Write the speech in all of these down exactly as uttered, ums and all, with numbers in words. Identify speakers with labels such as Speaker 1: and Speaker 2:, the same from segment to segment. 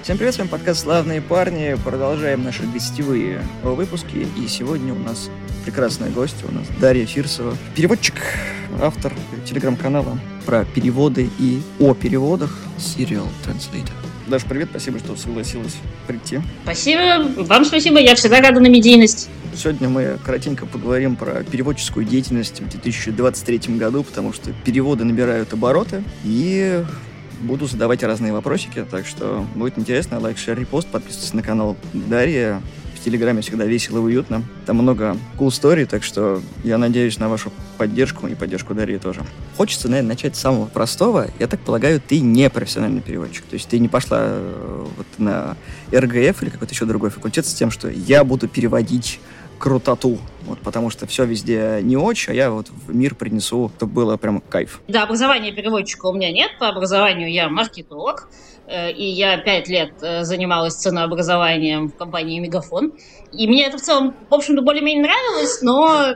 Speaker 1: Всем привет, с вами подкаст «Славные парни». Продолжаем наши гостевые выпуски. И сегодня у нас прекрасная гостья, у нас Дарья Фирсова. Переводчик, автор телеграм-канала про переводы и о переводах Serial Translator. Даша, привет, спасибо, что согласилась прийти.
Speaker 2: Спасибо, вам спасибо, я всегда рада на медийность.
Speaker 1: Сегодня мы коротенько поговорим про переводческую деятельность в две тысячи двадцать третьем году, потому что переводы набирают обороты, и буду задавать разные вопросики, так что будет интересно. Лайк, шер, репост, подписывайтесь на канал Дарьи. В Телеграме всегда весело и уютно. Там много cool story, так что я надеюсь на вашу поддержку и поддержку Дарьи тоже. Хочется, наверное, начать с самого простого. Я так полагаю, ты не профессиональный переводчик. То есть ты не пошла вот на эр гэ эф или какой-то еще другой факультет с тем, что я буду переводить крутоту, вот, потому что все везде не очень, а я вот в мир принесу, чтобы было прям кайф.
Speaker 2: Да, образования переводчика у меня нет, по образованию я маркетолог, и я пять лет занималась ценообразованием в компании «Мегафон», и мне это в целом, в общем-то, более-менее нравилось, но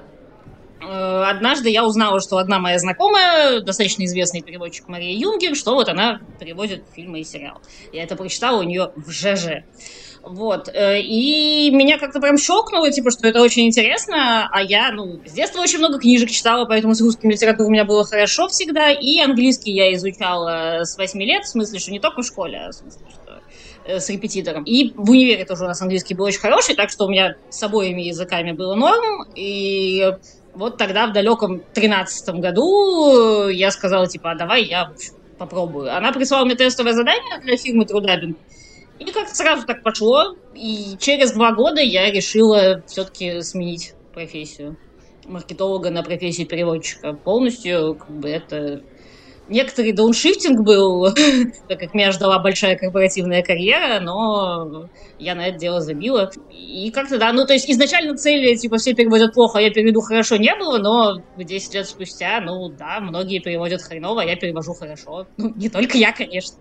Speaker 2: однажды я узнала, что одна моя знакомая, достаточно известный переводчик Мария Юнгер, что вот она переводит фильмы и сериалы. Я это прочитала у нее в жэ жэ. Вот, и меня как-то прям щелкнуло, типа, что это очень интересно, а я, ну, с детства очень много книжек читала, поэтому с русским литературой у меня было хорошо всегда, и английский я изучала с восьми лет, в смысле, что не только в школе, а в смысле, что с репетитором. И в универе тоже у нас английский был очень хороший, так что у меня с обоими языками было норм, и вот тогда в далеком тринадцатом году я сказала, типа, а давай я попробую. Она прислала мне тестовое задание для фирмы Трудабинг. И как-то сразу так пошло, и через два года я решила все-таки сменить профессию маркетолога на профессию переводчика. Полностью, как бы, это некоторый дауншифтинг был, так как меня ждала большая корпоративная карьера, но я на это дело забила. И как-то, да, ну, то есть изначально цели, типа, все переводят плохо, а я переведу хорошо, не было, но десять лет спустя, ну, да, многие переводят хреново, а я перевожу хорошо. Ну, не только я, конечно,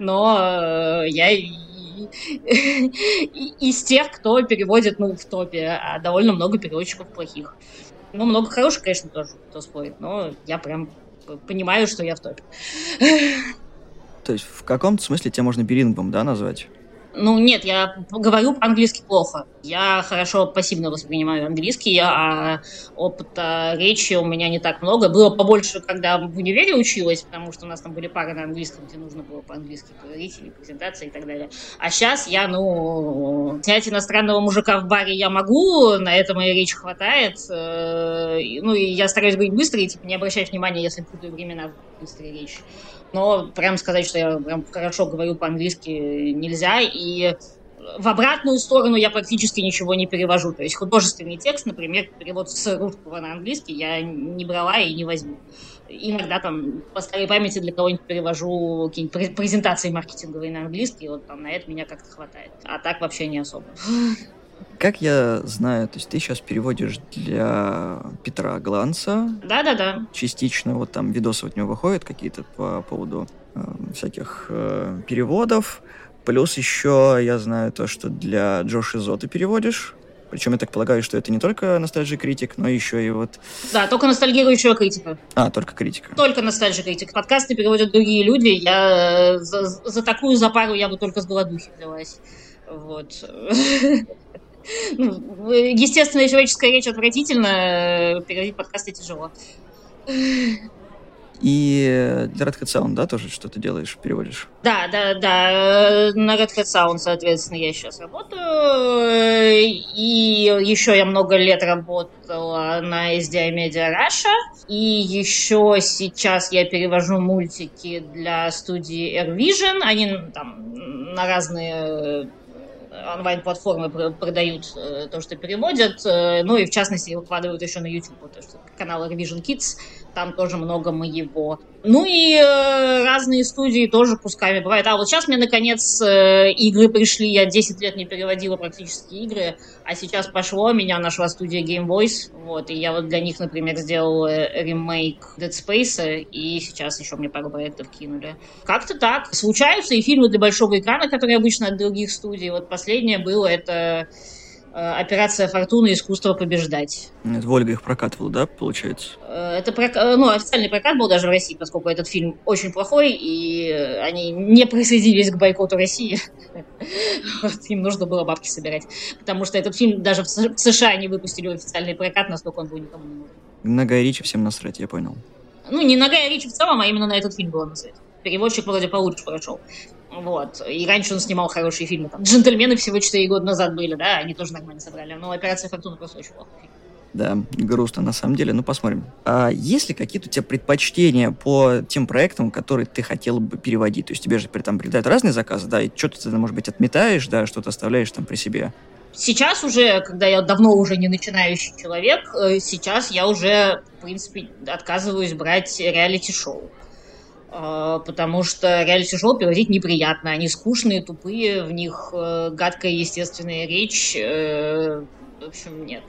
Speaker 2: но я из тех, кто переводит, ну, в топе, а довольно много переводчиков плохих. Ну, много хороших, конечно, тоже, кто спорит, но я прям понимаю, что я в топе.
Speaker 1: То есть в каком-то смысле тебя можно билингвом, да, назвать?
Speaker 2: Ну, нет, я говорю по-английски плохо. Я хорошо пассивно воспринимаю английский, а опыта речи у меня не так много. Было побольше, когда в универе училась, потому что у нас там были пары на английском, где нужно было по-английски говорить, или презентации и так далее. А сейчас я, ну, снять иностранного мужика в баре я могу, на это моей речи хватает. Ну, и я стараюсь говорить быстро и, типа, не обращать внимания, если путаю времена в быстрой речи. Но прям сказать, что я прям хорошо говорю по-английски, нельзя. И в обратную сторону я практически ничего не перевожу. То есть художественный текст, например, перевод с русского на английский я не брала и не возьму. Иногда там по старой памяти для кого-нибудь перевожу какие-нибудь презентации маркетинговые на английский, вот там на это меня как-то хватает. А так вообще не особо.
Speaker 1: Как я знаю, то есть ты сейчас переводишь для Петра Гланца.
Speaker 2: Да-да-да.
Speaker 1: Частично вот там видосы от него выходят какие-то по поводу э, всяких э, переводов. Плюс еще я знаю то, что для Джош Изо ты переводишь. Причем я так полагаю, что это не только ностальжи критик, но еще и вот...
Speaker 2: Да, только ностальгирующая критика.
Speaker 1: А, только критика.
Speaker 2: Только ностальжи критик. Подкасты переводят другие люди. Я за, за такую запару я бы только с голодухи взялась. Вот. Ну, естественно, человеческая речь отвратительна, переводить подкасты тяжело.
Speaker 1: И для Red Hat Sound, да, тоже что-то делаешь, переводишь?
Speaker 2: Да, да, да. На Red Hat Sound, соответственно, я сейчас работаю. И еще я много лет работала на эс ди ай Media Russia. И еще сейчас я перевожу мультики для студии AirVision. Они там на разные онлайн-платформы продают то, что переводят, ну и в частности выкладывают еще на YouTube, потому что канал AirVision Kids, там тоже много моего. Ну и э, разные студии тоже кусками бывают. А вот сейчас мне, наконец, э, игры пришли. Я десять лет не переводила практически игры, а сейчас пошло. Меня нашла студия Game Voice. Вот, и я вот для них, например, сделала ремейк Dead Space, и сейчас еще мне пару проектов кинули. Как-то так. Случаются и фильмы для большого экрана, которые обычно от других студий. Вот последнее было, это «Операция Фортуна. Искусство побеждать».
Speaker 1: Это Вольга их прокатывала, да, получается?
Speaker 2: Это прок... ну, официальный прокат был даже в России, поскольку этот фильм очень плохой, и они не присоединились к бойкоту России. Им нужно было бабки собирать. Потому что этот фильм даже в США не выпустили в официальный прокат, настолько он был никому не нужен.
Speaker 1: На Гая Ричи всем насрать, я понял.
Speaker 2: Ну, не на Гая Ричи в целом, а именно на этот фильм было насрать. Переводчик вроде получше прошел. Вот. И раньше он снимал хорошие фильмы. Там «Джентльмены» всего четыре года назад были, да, они тоже нормально собрали. Но «Операция Фортуна» просто очень плохой фильм.
Speaker 1: Да, грустно на самом деле, ну посмотрим. А есть ли какие-то у тебя предпочтения по тем проектам, которые ты хотел бы переводить? То есть тебе же там прилетают разные заказы, да, и что-то ты, может быть, отметаешь, да, что-то оставляешь там при себе? Сейчас уже, когда я давно уже не начинающий человек, сейчас я уже, в принципе, отказываюсь брать реалити-шоу. Потому что реалити-шоу переводить неприятно. Они скучные, тупые, в них гадкая естественная речь. В общем, нет.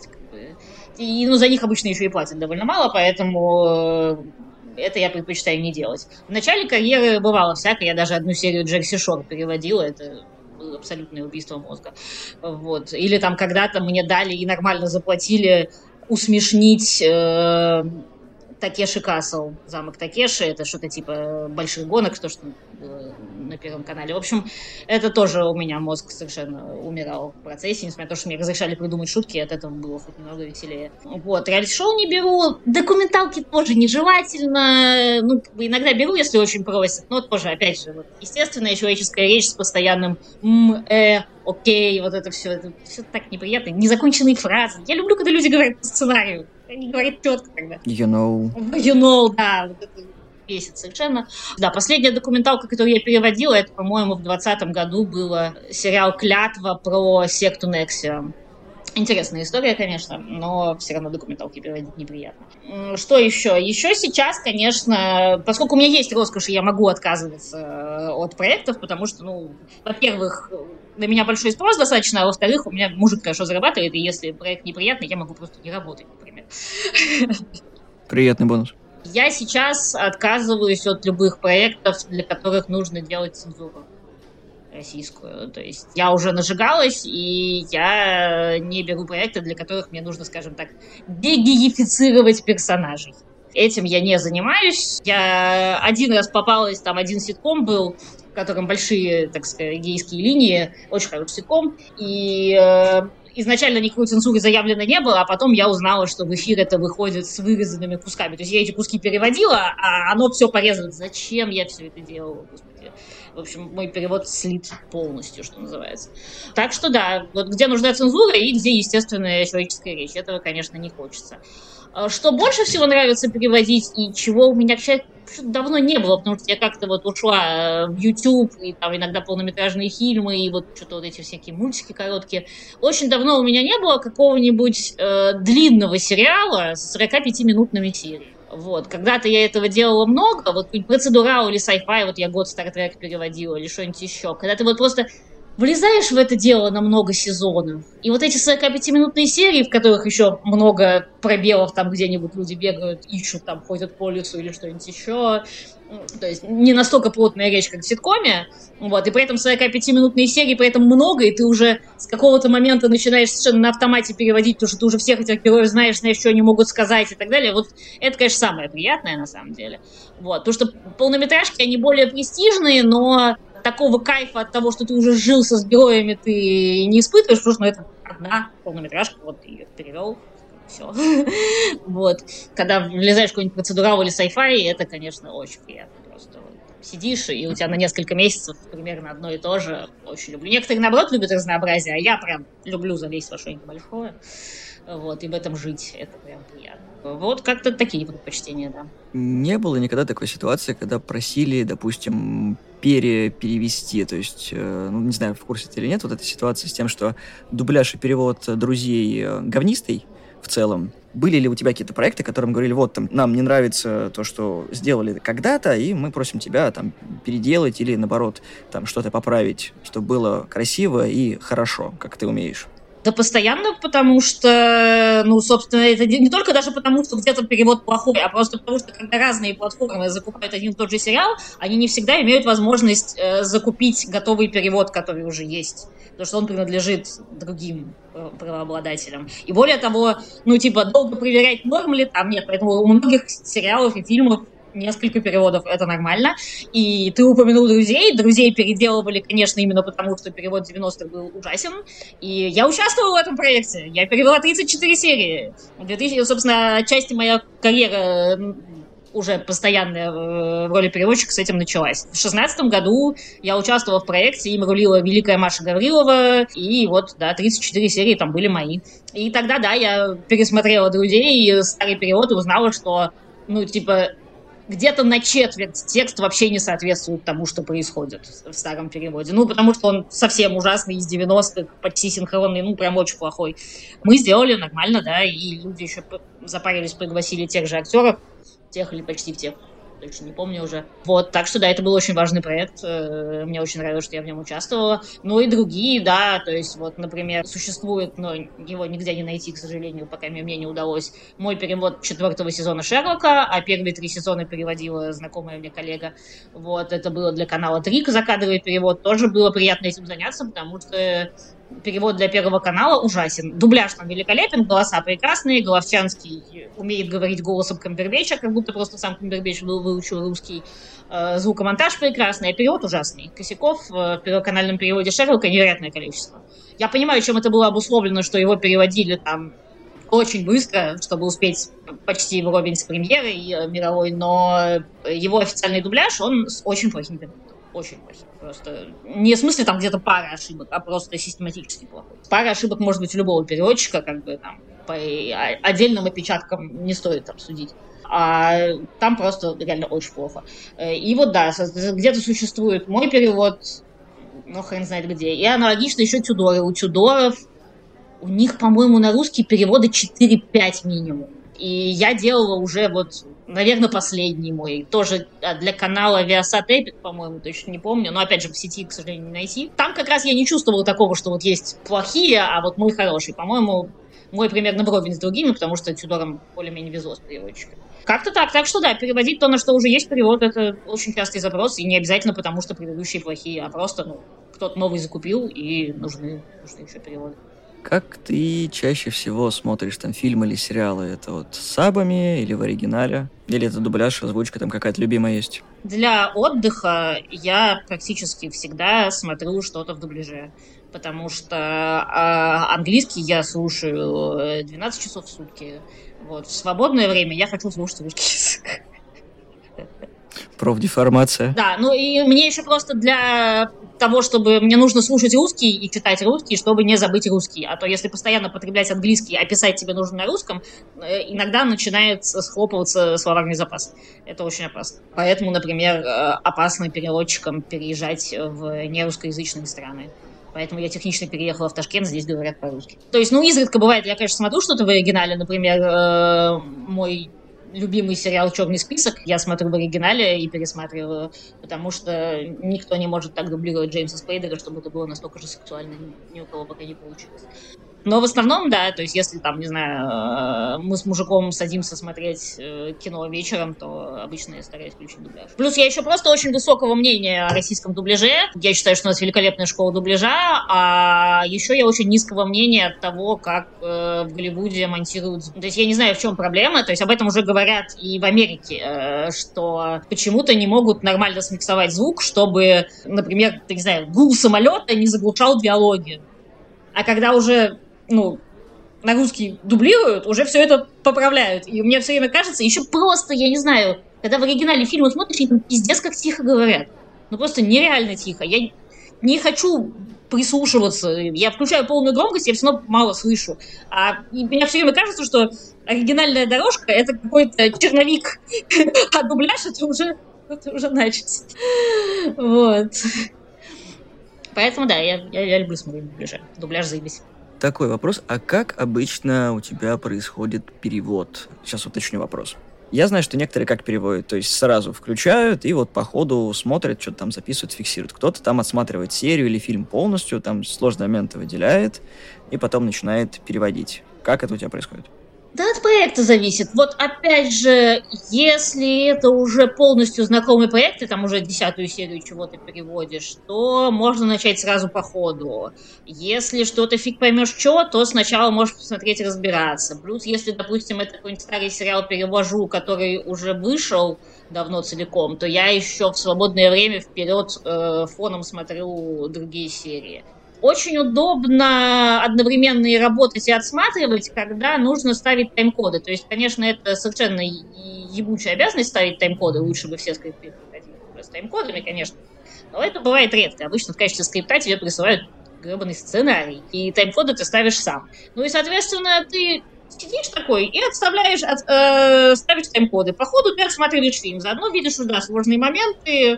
Speaker 1: И ну, за них обычно еще и платят довольно мало, поэтому это я предпочитаю не делать. В начале карьеры бывало всякое. Я даже одну серию Джерси Шор переводила. Это было абсолютное убийство мозга. Вот. Или там когда-то мне дали и нормально заплатили усмешнить... Э- Такеши Касл, замок Такеши, это что-то типа больших гонок, то, что было на Первом канале. В общем, это тоже у меня мозг совершенно умирал в процессе, несмотря на то, что мне разрешали придумать шутки, от этого было хоть немного веселее. Вот, реалити-шоу не беру, документалки тоже нежелательно, ну, иногда беру, если очень просят, но тоже, опять же, вот, естественная человеческая речь с постоянным м, э, окей, вот это все, это все так неприятно, незаконченные фразы. Я люблю, когда люди говорят по сценарию. Они говорят четко тогда. You know.
Speaker 2: You know, да. Вот это бесит совершенно. Да, последняя документалка, которую я переводила, это, по-моему, в двадцатом году было сериал «Клятва» про секту Нексиум. Интересная история, конечно, но все равно документалки переводить неприятно. Что еще? Еще сейчас, конечно, поскольку у меня есть роскошь, я могу отказываться от проектов, потому что, ну, во-первых, на меня большой спрос достаточно, а во-вторых, у меня мужик хорошо зарабатывает, и если проект неприятный, я могу просто не работать, например.
Speaker 1: Приятный бонус.
Speaker 2: Я сейчас отказываюсь от любых проектов, для которых нужно делать цензуру российскую. То есть я уже нажигалась, и я не беру проекты, для которых мне нужно, скажем так, дегеифицировать персонажей. Этим я не занимаюсь. Я один раз попалась, там один ситком был, в котором большие, так сказать, гейские линии, очень хороший ситком, и э, изначально никакой цензуры заявлено не было, а потом я узнала, что в эфир это выходит с вырезанными кусками. То есть я эти куски переводила, а оно все порезано. Зачем я все это делала, господи? В общем, мой перевод слит полностью, что называется. Так что да, вот где нужна цензура и где естественная человеческая речь. Этого, конечно, не хочется. Что больше всего нравится переводить и чего у меня, кстати, давно не было, потому что я как-то вот ушла в YouTube, и там иногда полнометражные фильмы, и вот что-то вот эти всякие мультики короткие. Очень давно у меня не было какого-нибудь э, длинного сериала с сорокапятиминутными сериями. Вот. Когда-то я этого делала много, вот процедурал или sci-fi, вот я год Star Trek переводила, или что-нибудь еще. Когда ты вот просто влезаешь в это дело на много сезонов, и вот эти сорокапятиминутные серии, в которых еще много пробелов, там где-нибудь люди бегают, ищут, там ходят по лесу или что-нибудь еще, то есть не настолько плотная речь, как в ситкоме, вот, и при этом сорокапятиминутные серии, при этом много, и ты уже с какого-то момента начинаешь совершенно на автомате переводить, потому что ты уже всех этих героев знаешь, знаешь, что они могут сказать и так далее. Вот это, конечно, самое приятное на самом деле. Вот, потому что полнометражки, они более престижные, но такого кайфа от того, что ты уже сжился с героями, ты не испытываешь, потому что ну, это одна полнометражка, вот ты ее перевел, все. Вот. Когда влезаешь в какой-нибудь процедурал или sci-fi, это, конечно, очень приятно. Просто сидишь, и у тебя на несколько месяцев примерно одно и то же. Очень люблю. Некоторые, наоборот, любят разнообразие, а я прям люблю залезть во что-нибудь большое. Вот, и в этом жить. Это прям приятно. Вот как-то такие предпочтения, да.
Speaker 1: Не было никогда такой ситуации, когда просили, допустим, переперевести, то есть, ну, не знаю, в курсе ты или нет, вот эта ситуация с тем, что дубляж и перевод «Друзей» говнистый в целом. Были ли у тебя какие-то проекты, которым говорили, вот, там, нам не нравится то, что сделали когда-то, и мы просим тебя, там, переделать или, наоборот, там, что-то поправить, чтобы было красиво и хорошо, как ты умеешь?
Speaker 2: Да постоянно, потому что, ну, собственно, это не только даже потому, что где-то перевод плохой, а просто потому, что когда разные платформы закупают один и тот же сериал, они не всегда имеют возможность э, закупить готовый перевод, который уже есть, потому что он принадлежит другим э, правообладателям. И более того, ну, типа, долго проверять, норм ли там, нет, поэтому у многих сериалов и фильмов несколько переводов, это нормально. И ты упомянул «Друзей». «Друзей» переделывали, конечно, именно потому, что перевод девяностых был ужасен. И я участвовала в этом проекте. Я перевела тридцать четыре серии. В две тысячи, собственно, отчасти моя карьера уже постоянная в роли переводчика с этим началась. В шестнадцатом году я участвовала в проекте, им рулила великая Маша Гаврилова, и вот, да, тридцать четыре серии там были мои. И тогда, да, я пересмотрела «Друзей», старый перевод, и узнала, что, ну, типа, где-то на четверть текст вообще не соответствует тому, что происходит в старом переводе. Ну, потому что он совсем ужасный, из девяностых, почти синхронный, ну, прям очень плохой. Мы сделали нормально, да, и люди еще запарились, пригласили тех же актеров, тех или почти тех, точно не помню уже. Вот, так что, да, это был очень важный проект. Мне очень нравилось, что я в нем участвовала. Ну и другие, да, то есть вот, например, существует, но его нигде не найти, к сожалению, пока мне не удалось, мой перевод четвертого сезона «Шерлока», а первые три сезона переводила знакомая мне коллега. Вот, это было для канала «Трик», закадровый перевод. Тоже было приятно этим заняться, потому что перевод для Первого канала ужасен. Дубляж там великолепен, голоса прекрасные, Головчанский умеет говорить голосом Камбербэтча, как будто просто сам Камбербэтч выучил русский. Звукомонтаж прекрасный, а перевод ужасный. Косяков в первоканальном переводе Шерлока невероятное количество. Я понимаю, чем это было обусловлено, что его переводили там очень быстро, чтобы успеть почти вровень с премьерой мировой, но его официальный дубляж, он с очень плохим переводом. Очень плохим. Просто не в смысле там где-то пара ошибок, а просто систематически плохой. Пара ошибок может быть у любого переводчика, как бы там по отдельным опечаткам не стоит там судить. А там просто реально очень плохо. И вот да, где-то существует мой перевод, ну хрен знает где. И аналогично еще Тюдоры. У Тюдоров, у них, по-моему, на русский переводы четыре-пять минимум. И я делала уже вот, наверное, последний мой. Тоже для канала Viasat Epic, по-моему, точно не помню. Но, опять же, в сети, к сожалению, не найти. Там как раз я не чувствовала такого, что вот есть плохие, а вот мой хороший. По-моему, мой примерно вровень с другими, потому что Тюдорам более-менее везло с переводчиком. Как-то так. Так что, да, переводить то, на что уже есть перевод, это очень частый запрос. И не обязательно потому, что предыдущие плохие, а просто, ну, кто-то новый закупил, и нужны, нужны еще переводы.
Speaker 1: Как ты чаще всего смотришь там фильмы или сериалы? Это вот с сабами или в оригинале? Или это дубляж, озвучка, там какая-то любимая есть?
Speaker 2: Для отдыха я практически всегда смотрю что-то в дубляже. Потому что э, английский я слушаю двенадцать часов в сутки. Вот. В свободное время я хочу слушать русский язык.
Speaker 1: Профдеформация.
Speaker 2: Да, ну и мне еще просто для того, чтобы мне нужно слушать русский и читать русский, чтобы не забыть русский. А то если постоянно потреблять английский, а писать тебе нужно на русском, иногда начинает схлопываться словарный запас. Это очень опасно. Поэтому, например, опасно переводчикам переезжать в нерусскоязычные страны. Поэтому я технично переехала в Ташкент, здесь говорят по-русски. То есть, ну, изредка бывает, я, конечно, смотрю что-то в оригинале. Например, мой любимый сериал «Черный список» я смотрю в оригинале и пересматриваю, потому что никто не может так дублировать Джеймса Спейдера, чтобы это было настолько же сексуально. Ни у кого пока не получилось. Но в основном, да, то есть если там, не знаю, мы с мужиком садимся смотреть кино вечером, то обычно я стараюсь включить дубляж. Плюс я еще просто очень высокого мнения о российском дубляже. Я считаю, что у нас великолепная школа дубляжа, а еще я очень низкого мнения от того, как э, в Голливуде монтируют. То есть я не знаю, в чем проблема, то есть об этом уже говорят и в Америке, э, что почему-то не могут нормально смиксовать звук, чтобы, например, ты не знаю, гул самолета не заглушал диалоги. А когда уже ну, на русский дублируют, уже все это поправляют. И мне все время кажется, еще просто, я не знаю, когда в оригинале фильмы смотришь, они там пиздец как тихо говорят. Ну, просто нереально тихо. Я не хочу прислушиваться. Я включаю полную громкость, я все равно мало слышу. А мне все время кажется, что оригинальная дорожка — это какой-то черновик, а дубляж — это уже, это уже начался. Вот. Поэтому, да, я, я, я люблю смотреть дубляж. Дубляж заебись.
Speaker 1: Такой вопрос. А как обычно у тебя происходит перевод? Сейчас уточню вопрос. Я знаю, что некоторые как переводят, то есть сразу включают и вот по ходу смотрят, что-то там записывают, фиксируют. Кто-то там отсматривает серию или фильм полностью, там сложные моменты выделяет и потом начинает переводить. Как это у тебя происходит?
Speaker 2: Да, от проекта зависит. Вот опять же, если это уже полностью знакомый проект, ты там уже десятую серию чего-то переводишь, то можно начать сразу по ходу. Если что-то фиг поймешь что, то сначала можешь посмотреть и разбираться. Плюс, если, допустим, это какой-нибудь старый сериал перевожу, который уже вышел давно целиком, то я еще в свободное время вперед э, фоном смотрю другие серии. Очень удобно одновременно и работать, и отсматривать, когда нужно ставить тайм-коды. То есть, конечно, это совершенно ебучая обязанность ставить тайм-коды. Лучше бы все скрипты приходили с тайм-кодами, конечно. Но это бывает редко. Обычно в качестве скрипта тебе присылают гребаный сценарий. И тайм-коды ты ставишь сам. Ну и, соответственно, ты сидишь такой и отставляешь, от, э, ставишь тайм-коды. По ходу ты отсматриваешь фильм. Заодно видишь, да, сложные моменты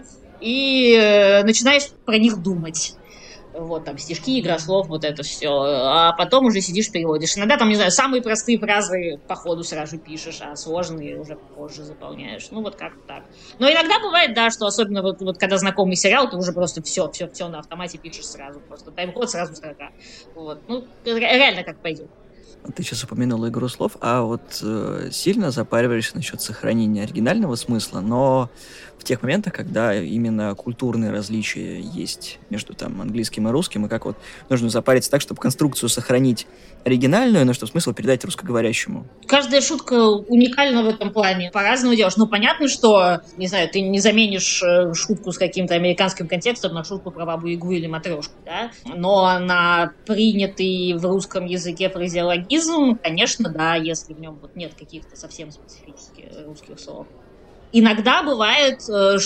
Speaker 2: и э, начинаешь про них думать. Вот, там, стишки, игра слов, вот это все. А потом уже сидишь, переводишь. Иногда там, не знаю, самые простые фразы по ходу сразу пишешь, а сложные уже позже заполняешь. Ну, вот как-то так. Но иногда бывает, да, что особенно вот, вот когда знакомый сериал, ты уже просто все, все, все на автомате пишешь сразу. Просто тайм-код, сразу строка. Вот. Ну, реально как пойдет.
Speaker 1: Ты сейчас упомянула игру слов, а вот э, сильно запариваешься насчет сохранения оригинального смысла, но в тех моментах, когда именно культурные различия есть между там английским и русским, и как вот нужно запариться так, чтобы конструкцию сохранить оригинальную, но чтобы смысл передать русскоговорящему.
Speaker 2: Каждая шутка уникальна в этом плане. По-разному делаешь. Ну, понятно, что, не знаю, ты не заменишь шутку с каким-то американским контекстом на шутку про Бабу-Ягу или Матрешку, да? Но на принятый в русском языке фразеологизм, конечно, да, если в нем вот нет каких-то совсем специфических русских слов. Иногда бывает,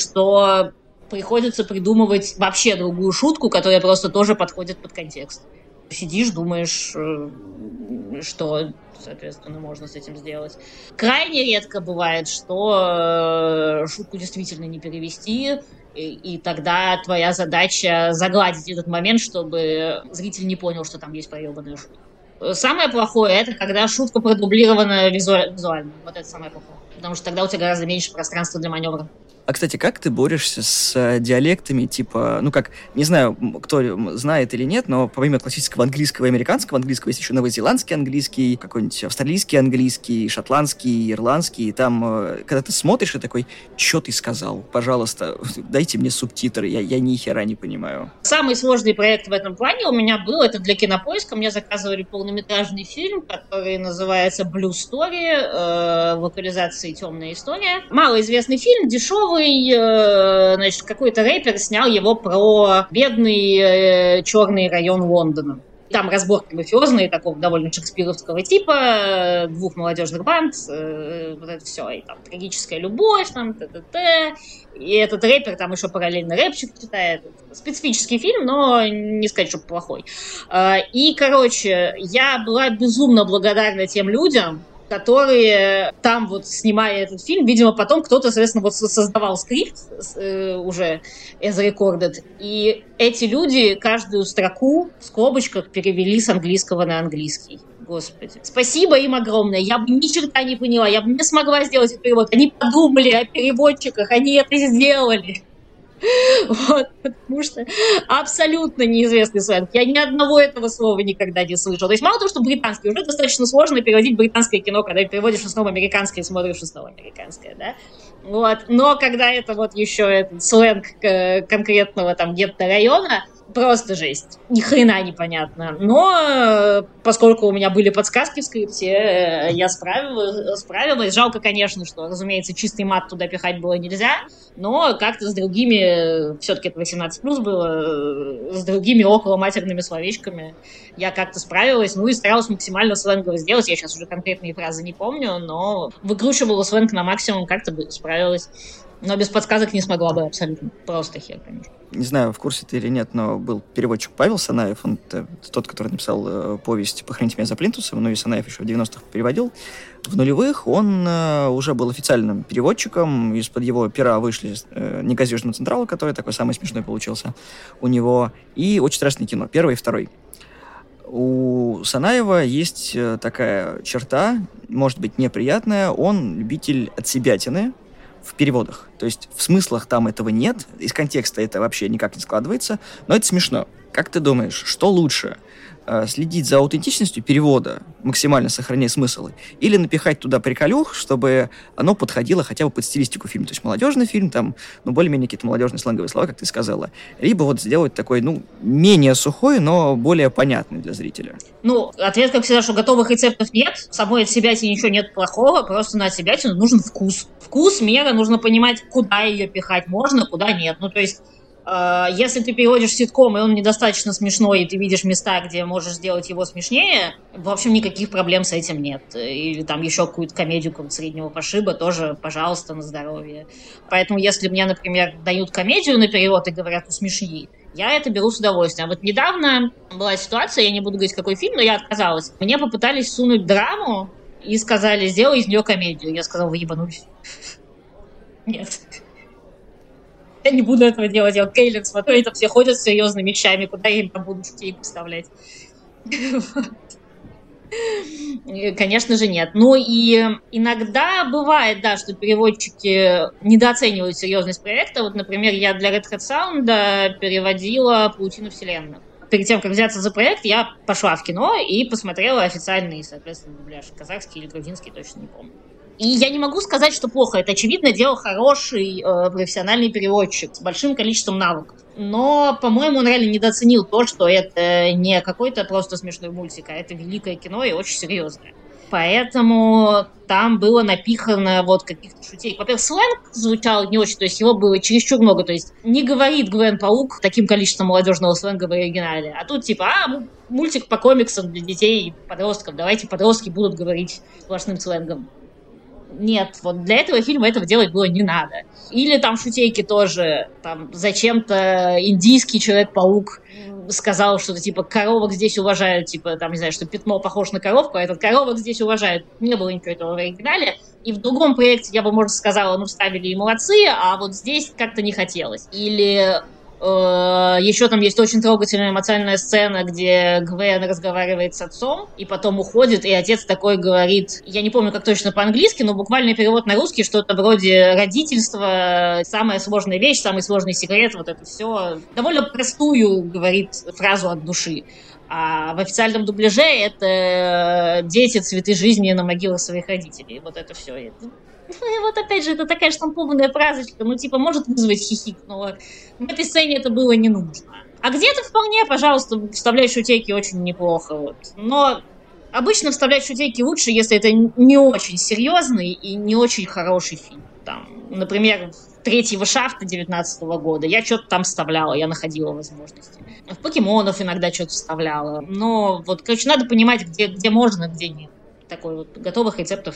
Speaker 2: что приходится придумывать вообще другую шутку, которая просто тоже подходит под контекст. Сидишь, думаешь, что, соответственно, можно с этим сделать. Крайне редко бывает, что шутку действительно не перевести, и, и тогда твоя задача загладить этот момент, чтобы зритель не понял, что там есть проебанная шутка. Самое плохое — это когда шутка продублирована визуально. Вот это самое плохое. Потому что тогда у тебя гораздо меньше пространства для маневра.
Speaker 1: А, кстати, как ты борешься с диалектами, типа, ну как, не знаю, кто знает или нет, но помимо классического английского и американского английского есть еще новозеландский английский, какой-нибудь австралийский английский, шотландский, ирландский, и там, когда ты смотришь, и такой, что ты сказал? Пожалуйста, дайте мне субтитры, я, я ни хера не понимаю.
Speaker 2: Самый сложный проект в этом плане у меня был, это для Кинопоиска, мне заказывали полнометражный фильм, который называется Blue Story, э, в локализации «Темная история». Малоизвестный фильм, дешевый, значит, какой-то рэпер снял его про бедный э, черный район Лондона. Там разборки мафиозные, такого довольно шекспировского типа, двух молодежных банд, э, вот это все, и там трагическая любовь, там, т-т-т. И этот рэпер там еще параллельно рэпчик читает. Специфический фильм, но не сказать, что плохой. И, короче, я была безумно благодарна тем людям, которые там вот, снимая этот фильм, видимо, потом кто-то, соответственно, вот создавал скрипт э, уже as recorded, и эти люди каждую строку в скобочках перевели с английского на английский. Господи. Спасибо им огромное. Я бы ни черта не поняла, я бы не смогла сделать этот перевод. Они подумали о переводчиках, они это сделали. Вот, потому что абсолютно неизвестный сленг. Я ни одного этого слова никогда не слышала. То есть мало того, что британский, уже достаточно сложно переводить британское кино, когда переводишь снова американское и смотришь снова американское, да? Вот. Но когда это вот еще этот сленг конкретного там где-то района, просто жесть. Ни хрена непонятно. Но поскольку у меня были подсказки в скрипте, я справилась, справилась. Жалко, конечно, что, разумеется, чистый мат туда пихать было нельзя, но как-то с другими, все-таки это восемнадцать плюс было, с другими около матерными словечками я как-то справилась. Ну и старалась максимально сленгово сделать. Я сейчас уже конкретные фразы не помню, но выкручивала сленг на максимум, как-то бы справилась. Но без подсказок не смогла бы абсолютно. Просто хер, конечно.
Speaker 1: Не знаю, в курсе ты или нет, но был переводчик Павел Санаев, он тот, который написал э, повесть «Похороните меня за плинтусом», ну и Санаев еще в девяностых переводил. В нулевых он э, уже был официальным переводчиком, из-под его пера вышли э, «Неказь Южного Централа», который такой самый смешной получился у него, и «Очень страшное кино», первый и второй. У Санаева есть такая черта, может быть, неприятная, он любитель отсебятины в переводах. То есть в смыслах там этого нет, из контекста это вообще никак не складывается, но это смешно. Как ты думаешь, что лучше? Следить за аутентичностью перевода, максимально сохраняя смысл, или напихать туда приколюх, чтобы оно подходило хотя бы под стилистику фильма. То есть молодежный фильм, там, ну, более-менее какие-то молодежные сленговые слова, как ты сказала. Либо вот сделать такой, ну, менее сухой, но более понятный для зрителя.
Speaker 2: Ну, ответ, как всегда, что готовых рецептов нет. Самой от себя ничего нет плохого, просто на себя нужен вкус. Вкус, мера, нужно понимать, куда ее пихать можно, куда нет. Ну, то есть если ты переводишь ситком, и он недостаточно смешной, и ты видишь места, где можешь сделать его смешнее, в общем, никаких проблем с этим нет. Или там еще какую-то комедию какого-то среднего пошиба, тоже, пожалуйста, на здоровье. Поэтому, если мне, например, дают комедию на перевод и говорят, усмешни, я это беру с удовольствием. А вот недавно была ситуация, я не буду говорить, какой фильм, но я отказалась. Мне попытались сунуть драму и сказали, сделай из нее комедию. Я сказала, вы ебанулись. Нет. Я не буду этого делать, я вот Кейлин смотрю, они там все ходят с серьезными вещами, куда я им там буду шутейку вставлять. Конечно же, нет. Ну и иногда бывает, да, что переводчики недооценивают серьезность проекта. Вот, например, я для Red Hat Sound переводила «Паутину вселенных». Перед тем, как взяться за проект, я пошла в кино и посмотрела официальный, соответственно, дубляж. Казахский или грузинский, точно не помню. И я не могу сказать, что плохо. Это, очевидно, делал хороший э, профессиональный переводчик с большим количеством навыков. Но, по-моему, он реально недооценил то, что это не какой-то просто смешной мультик, а это великое кино и очень серьезное. Поэтому там было напихано вот каких-то шутей. Во-первых, сленг звучал не очень, то есть его было чересчур много. То есть не говорит Гвен Паук таким количеством молодежного сленга в оригинале. А тут типа, а, мультик по комиксам для детей и подростков. Давайте подростки будут говорить сплошным сленгом. Нет, вот для этого фильма этого делать было не надо. Или там шутейки тоже, там зачем-то индийский Человек-паук сказал что-то типа коровок здесь уважают, типа там, не знаю, что пятно похож на коровку, а этот коровок здесь уважают. Не было ничего этого в оригинале. И в другом проекте я бы, может, сказала, ну, вставили и молодцы, а вот здесь как-то не хотелось. Или... Еще там есть очень трогательная эмоциональная сцена, где Гвен разговаривает с отцом и потом уходит, и отец такой говорит, я не помню, как точно по-английски, но буквальный перевод на русский, что-то вроде родительство, самая сложная вещь, самый сложный секрет, вот это все. Довольно простую говорит фразу от души. А в официальном дубляже это дети, цветы жизни на могилах своих родителей. Вот это все. Ну и вот опять же, это такая штампованная фразочка, ну типа может вызвать хихик, но в этой сцене это было не нужно. А где-то вполне, пожалуйста, вставлять шутейки очень неплохо. Вот. Но обычно вставлять шутейки лучше, если это не очень серьезный и не очень хороший фильм. Там, например, третьего шафта девятнадцатого года я что-то там вставляла, я находила возможности. В покемонов иногда что-то вставляла. Но вот, короче, надо понимать, где, где можно, где нет. Такой вот готовых рецептов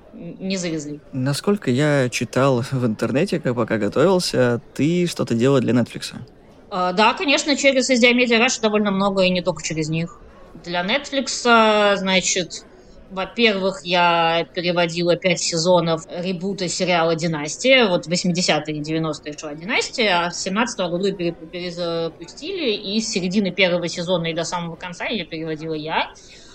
Speaker 2: не завезли.
Speaker 1: Насколько я читал в интернете, как пока готовился, ты что-то делала для Netflix?
Speaker 2: А, да, конечно, через эс ди ай Media Rush довольно много, и не только через них. Для Netflix, значит, во-первых, я переводила пять сезонов ребута сериала «Династия». Вот в восьмидесятые и девяностые шла «Династия», а в семнадцатом году перезапустили, и с середины первого сезона и до самого конца ее переводила я.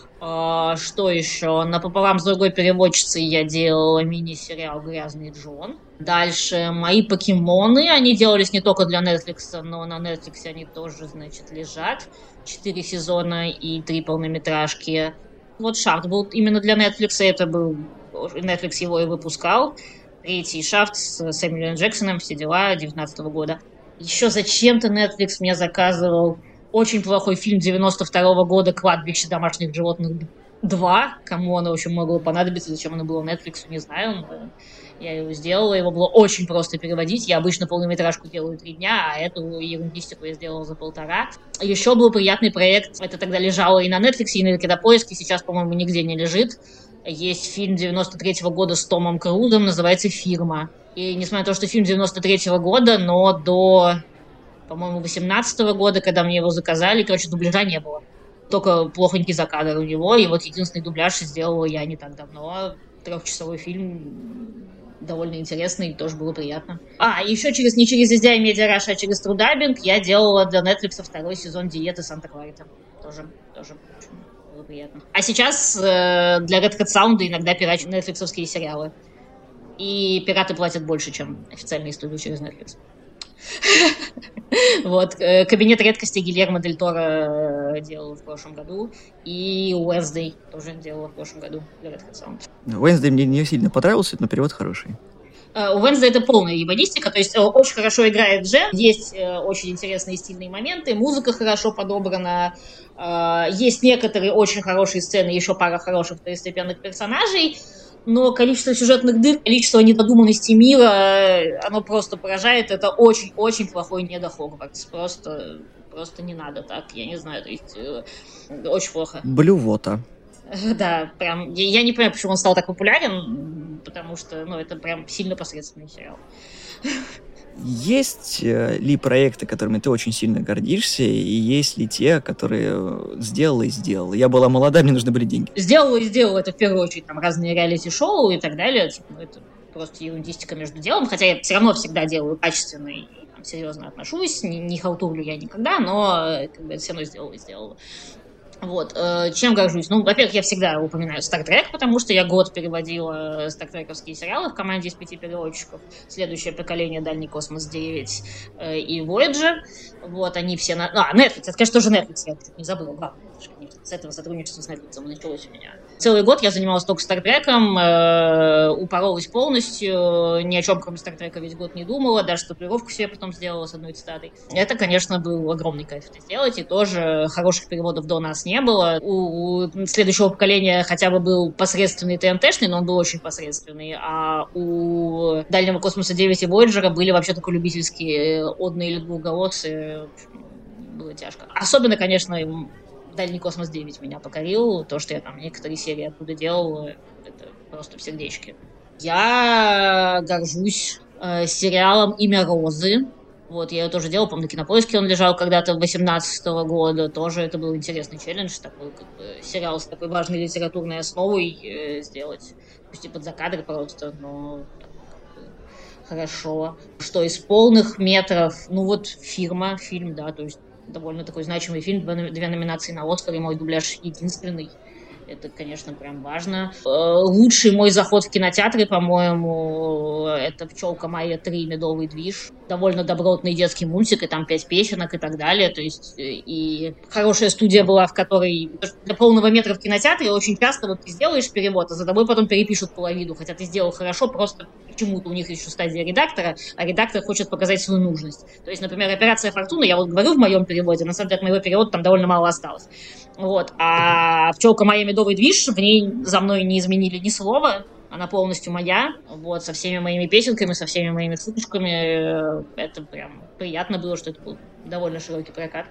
Speaker 2: Uh, что еще? Напополам с другой переводчицей я делала мини-сериал «Грязный Джон». Дальше мои покемоны, они делались не только для Netflix, но на Netflix они тоже, значит, лежат. Четыре сезона и три полнометражки. Вот «Шафт» был именно для Netflix, это был... Netflix его и выпускал. Третий «Шафт» с Сэмюэлем Джексоном, все дела, девятнадцатого года. Еще зачем-то Netflix мне заказывал очень плохой фильм девяносто второго года «Кладбище домашних животных два». Кому оно, в общем, могло понадобиться, зачем оно было Netflix, не знаю. Но я его сделала, его было очень просто переводить. Я обычно полнометражку делаю три дня, а эту ерундистику я сделала за полтора. Еще был приятный проект, это тогда лежало и на Netflix, и на Кинопоиске, сейчас, по-моему, нигде не лежит. Есть фильм девяносто третьего года с Томом Крузом, называется «Фирма». И несмотря на то, что фильм девяносто третьего года, но до... по-моему, восемнадцатого года, когда мне его заказали, короче, дубляжа не было. Только плохонький закадр у него, и вот единственный дубляж сделала я не так давно. Трехчасовой фильм, довольно интересный, тоже было приятно. А, еще через, не через эс ди ай Media Rush, а через True Dubbing я делала для Netflix второй сезон «Диеты Санта-Кларита». тоже, тоже очень было приятно. А сейчас э, для Red Hat Sound иногда пирачу нетфликсовские сериалы. И пираты платят больше, чем официальные студии через Netflix. Вот. «Кабинет редкостей» Гильермо Дель Торо делал в прошлом году. И «Уэнсдей» тоже делала в прошлом году для Red Hat Sound.
Speaker 1: «Уэнсдей» мне не сильно понравился, но перевод хороший.
Speaker 2: У Wednesday это полная ебанистика, то есть очень хорошо играет Джем, есть очень интересные стильные моменты, музыка хорошо подобрана, есть некоторые очень хорошие сцены, еще пара хороших второстепенных персонажей, но количество сюжетных дыр, количество недодуманности мира, оно просто поражает. Это очень-очень плохой недо Хогвартс. Просто, просто не надо так, я не знаю, то есть очень плохо.
Speaker 1: Блювота.
Speaker 2: Да, прям, я, я не понимаю, почему он стал так популярен, потому что, ну, это прям сильно посредственный сериал.
Speaker 1: Есть ли проекты, которыми ты очень сильно гордишься, и есть ли те, которые сделала и сделала? Я была молода, мне нужны были деньги.
Speaker 2: Сделала и сделала, это в первую очередь там разные реалити-шоу и так далее. Типа, ну, это просто ерундистика между делом, хотя я все равно всегда делаю качественно и там, серьезно отношусь, не, не халтурлю я никогда, но как бы, это все равно сделала и сделала. Вот, э, чем горжусь? Ну, во-первых, я всегда упоминаю Star Trek, потому что я год переводила стартрековские сериалы в команде из пяти переводчиков. Следующее поколение Дальний космос девять э, и Voyager. Вот, они все на... А, Netflix, это, конечно, тоже Netflix, я чуть не забыла. Да, конечно, с этого сотрудничества с Netflix началось у меня. Целый год я занималась только Стартреком, э, упоролась полностью, ни о чем, кроме Стартрека, весь год не думала, даже татуировку себе потом сделала с одной цитатой. Это, конечно, был огромный кайф это сделать, и тоже хороших переводов до нас не было. У, у следующего поколения хотя бы был посредственный ТНТшный, но он был очень посредственный, а у Дальнего космоса девять и Voyager были вообще только любительские одные или двухголосые. Было тяжко. Особенно, конечно, Дальний космос девять меня покорил. То, что я там некоторые серии оттуда делал, это просто в сердечке. Я горжусь э, сериалом «Имя Розы». Вот, я ее тоже делала, помню, на Кинопоиске он лежал когда-то восемнадцатого года. Тоже это был интересный челлендж, такой как бы, сериал с такой важной литературной основой э, сделать. Пусть и под закадры просто, но как бы, хорошо. Что из полных метров, ну вот «Фирма», фильм, да, то есть довольно такой значимый фильм, две номинации на Оскар, и мой дубляж единственный. Это, конечно, прям важно. Лучший мой заход в кинотеатре, по-моему, это «Пчелка Майя три. Медовый движ». Довольно добротный детский мультик, и там пять песенок и так далее. То есть, и хорошая студия была, в которой для полного метра в кинотеатре очень часто вот ты сделаешь перевод, а за тобой потом перепишут половину, хотя ты сделал хорошо, просто почему-то у них еще стадия редактора, а редактор хочет показать свою нужность. То есть, например, «Операция Фортуна», я вот говорю в моем переводе, на самом деле от моего перевода там довольно мало осталось. Вот. А «Пчелка Майя. Медовый движ», в ней за мной не изменили ни слова, она полностью моя, вот, со всеми моими песенками, со всеми моими шуточками. Это прям приятно было, что это был довольно широкий прокат.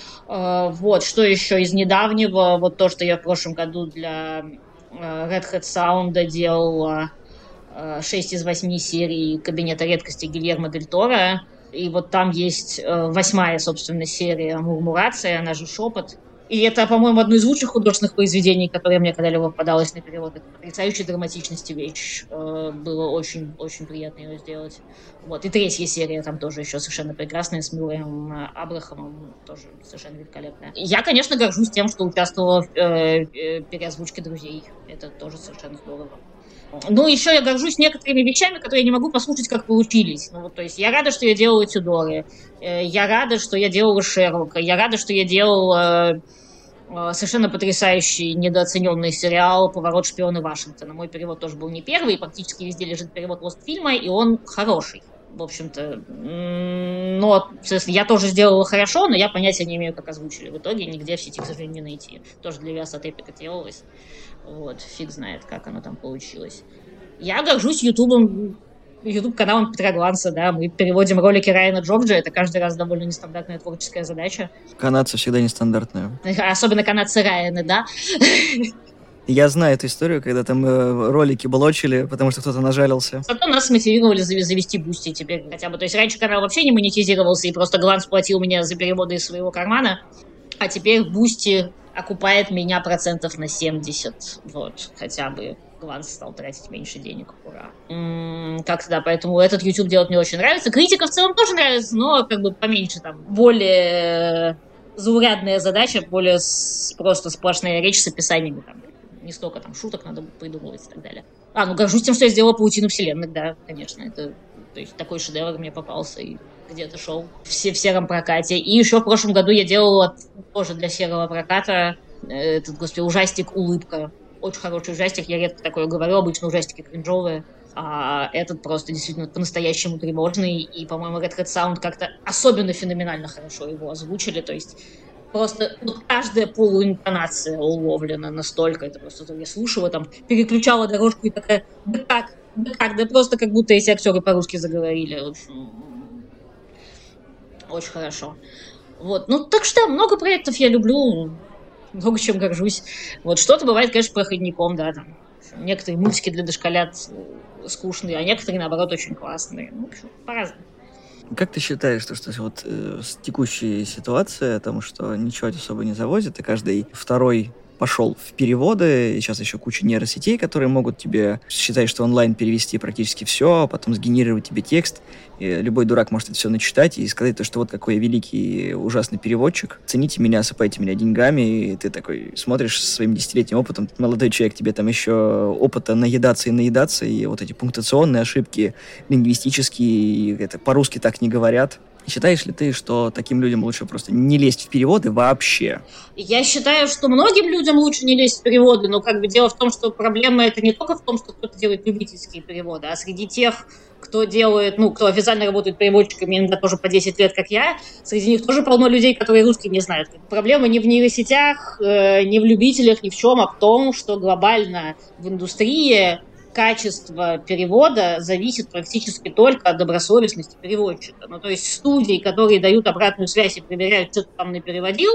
Speaker 2: Вот, что еще из недавнего, вот то, что я в прошлом году для Red Hat Sound делала шесть из восьми серий «Кабинета редкостей» Гильермо Дель Торо, и вот там есть восьмая, собственно, серия «Мурмурация», она же «Шепот». И это, по-моему, одно из лучших художественных произведений, которые мне когда-либо попадалось на перевод. Это потрясающей драматичности вещь. Было очень-очень приятно ее сделать. Вот. И третья серия там тоже еще совершенно прекрасная, с Мюрреем Абрахамом, тоже совершенно великолепная. Я, конечно, горжусь тем, что участвовала в э, э, переозвучке «Друзей». Это тоже совершенно здорово. Ну, еще я горжусь некоторыми вещами, которые я не могу послушать, как получились. Ну, вот, то есть я рада, что я делала Тюдоры. Я рада, что я делала Шерлока. Я рада, что я делала э, совершенно потрясающий, недооцененный сериал «Поворот шпиона Вашингтона». Мой перевод тоже был не первый, практически везде лежит перевод Лостфильма, и он хороший. В общем-то, но я тоже сделала хорошо, но я понятия не имею, как озвучили. В итоге нигде в сети, к сожалению, не найти. Тоже для Виасат Эпика делалось. Вот, фиг знает, как оно там получилось. Я горжусь Ютубом, Ютуб-каналом Петра Гланца, да. Мы переводим ролики Райана Джорджа, это каждый раз довольно нестандартная творческая задача.
Speaker 1: Канадцы всегда нестандартные.
Speaker 2: Особенно канадцы Райаны, да.
Speaker 1: Я знаю эту историю, когда там э, ролики блочили, потому что кто-то нажалился.
Speaker 2: Зато нас смотивировали завести Бусти теперь хотя бы. То есть раньше канал вообще не монетизировался, и просто Гланц платил меня за переводы из своего кармана. А теперь Бусти окупает меня процентов на семьдесят. Вот, хотя бы Гланц стал тратить меньше денег. Ура. М-м, как-то да, поэтому этот YouTube делать мне очень нравится. Критика в целом тоже нравится, но как бы поменьше там. Более заурядная задача, более с, просто сплошная речь с описаниями, там, не столько там шуток надо придумывать и так далее. А, ну горжусь тем, что я сделала «Паутину вселенных», да, конечно, это, то есть такой шедевр мне попался и где-то шел все в сером прокате. И еще в прошлом году я делала тоже для серого проката этот, господи, ужастик «Улыбка». Очень хороший ужастик, я редко такое говорю, обычно ужастики кринжовые. А этот просто действительно по-настоящему тревожный, и, по-моему, Red Hat Sound как-то особенно феноменально хорошо его озвучили, то есть просто вот каждая полуинтонация уловлена настолько, это просто я слушала, там, переключала дорожку и такая, да как, да как, да просто как будто эти актеры по-русски заговорили. В общем, очень хорошо. Вот, ну так что много проектов я люблю, много чем горжусь. Вот что-то бывает, конечно, проходником, да, там. Некоторые мультики для дошколят скучные, а некоторые, наоборот, очень классные. Ну, в общем, по-разному.
Speaker 1: Как ты считаешь, что, что вот э, текущая ситуация, потому что ничего особо не завозят, и каждый второй пошел в переводы, и сейчас еще куча нейросетей, которые могут тебе, считать, что онлайн перевести практически все, а потом сгенерировать тебе текст, и любой дурак может это все начитать и сказать, то, что вот какой я великий, ужасный переводчик, цените меня, осыпайте меня деньгами, и ты такой смотришь со своим десятилетним опытом, молодой человек, тебе там еще опыта наедаться и наедаться, и вот эти пунктуационные ошибки, лингвистические, это по-русски так не говорят. Считаешь ли ты, что таким людям лучше просто не лезть в переводы вообще?
Speaker 2: Я считаю, что многим людям лучше не лезть в переводы, но как бы дело в том, что проблема это не только в том, что кто-то делает любительские переводы, а среди тех, кто делает, ну, кто официально работает переводчиками, иногда тоже по десять лет, как я, среди них тоже полно людей, которые русский не знают. Проблема не в нейросетях, э, не в любителях, ни в чем, а в том, что глобально в индустрии качество перевода зависит практически только от добросовестности переводчика. Ну, то есть студий, которые дают обратную связь и проверяют, что ты там напереводил,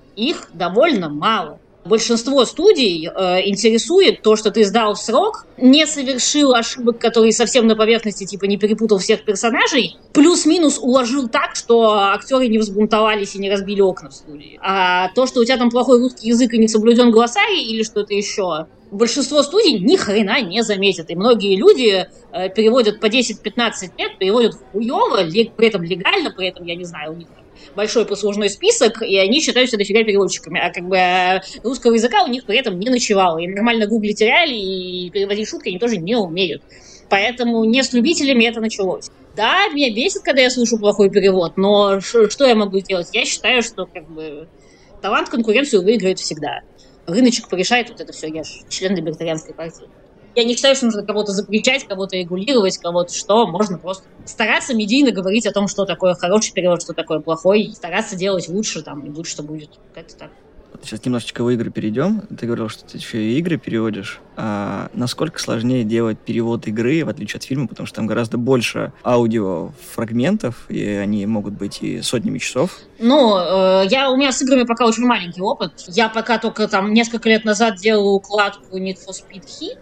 Speaker 2: их довольно мало. Большинство студий э, интересует то, что ты сдал в срок, не совершил ошибок, которые совсем на поверхности, типа не перепутал всех персонажей, плюс-минус уложил так, что актеры не взбунтовались и не разбили окна в студии. А то, что у тебя там плохой русский язык и не соблюден глоссарий или что-то еще, большинство студий ни хрена не заметят. И многие люди э, переводят по десять-пятнадцать лет, переводят хуёво, ли, при этом легально, при этом, я не знаю, у них большой послужной список, и они считают себя дофига переводчиками. А как бы русского языка у них при этом не ночевало. И нормально гуглить теряли, и переводить шутки они тоже не умеют. Поэтому не с любителями это началось. Да, меня бесит, когда я слышу плохой перевод, но ш- что я могу сделать? Я считаю, что как бы талант конкуренцию выиграет всегда. Рыночек порешает вот это все. Я же член либертарианской партии. Я не считаю, что нужно кого-то запрещать, кого-то регулировать, кого-то что. Можно просто стараться медийно говорить о том, что такое хороший перевод, что такое плохой. Стараться делать лучше, там, и будь что будет. Как-то так.
Speaker 1: Сейчас немножечко в игры перейдем. Ты говорил, что ты еще и игры переводишь. А насколько сложнее делать перевод игры, в отличие от фильма, потому что там гораздо больше аудиофрагментов, и они могут быть и сотнями часов?
Speaker 2: Ну, э, я, у меня с играми пока очень маленький опыт. Я пока только там несколько лет назад делал укладку Need for Speed Heat.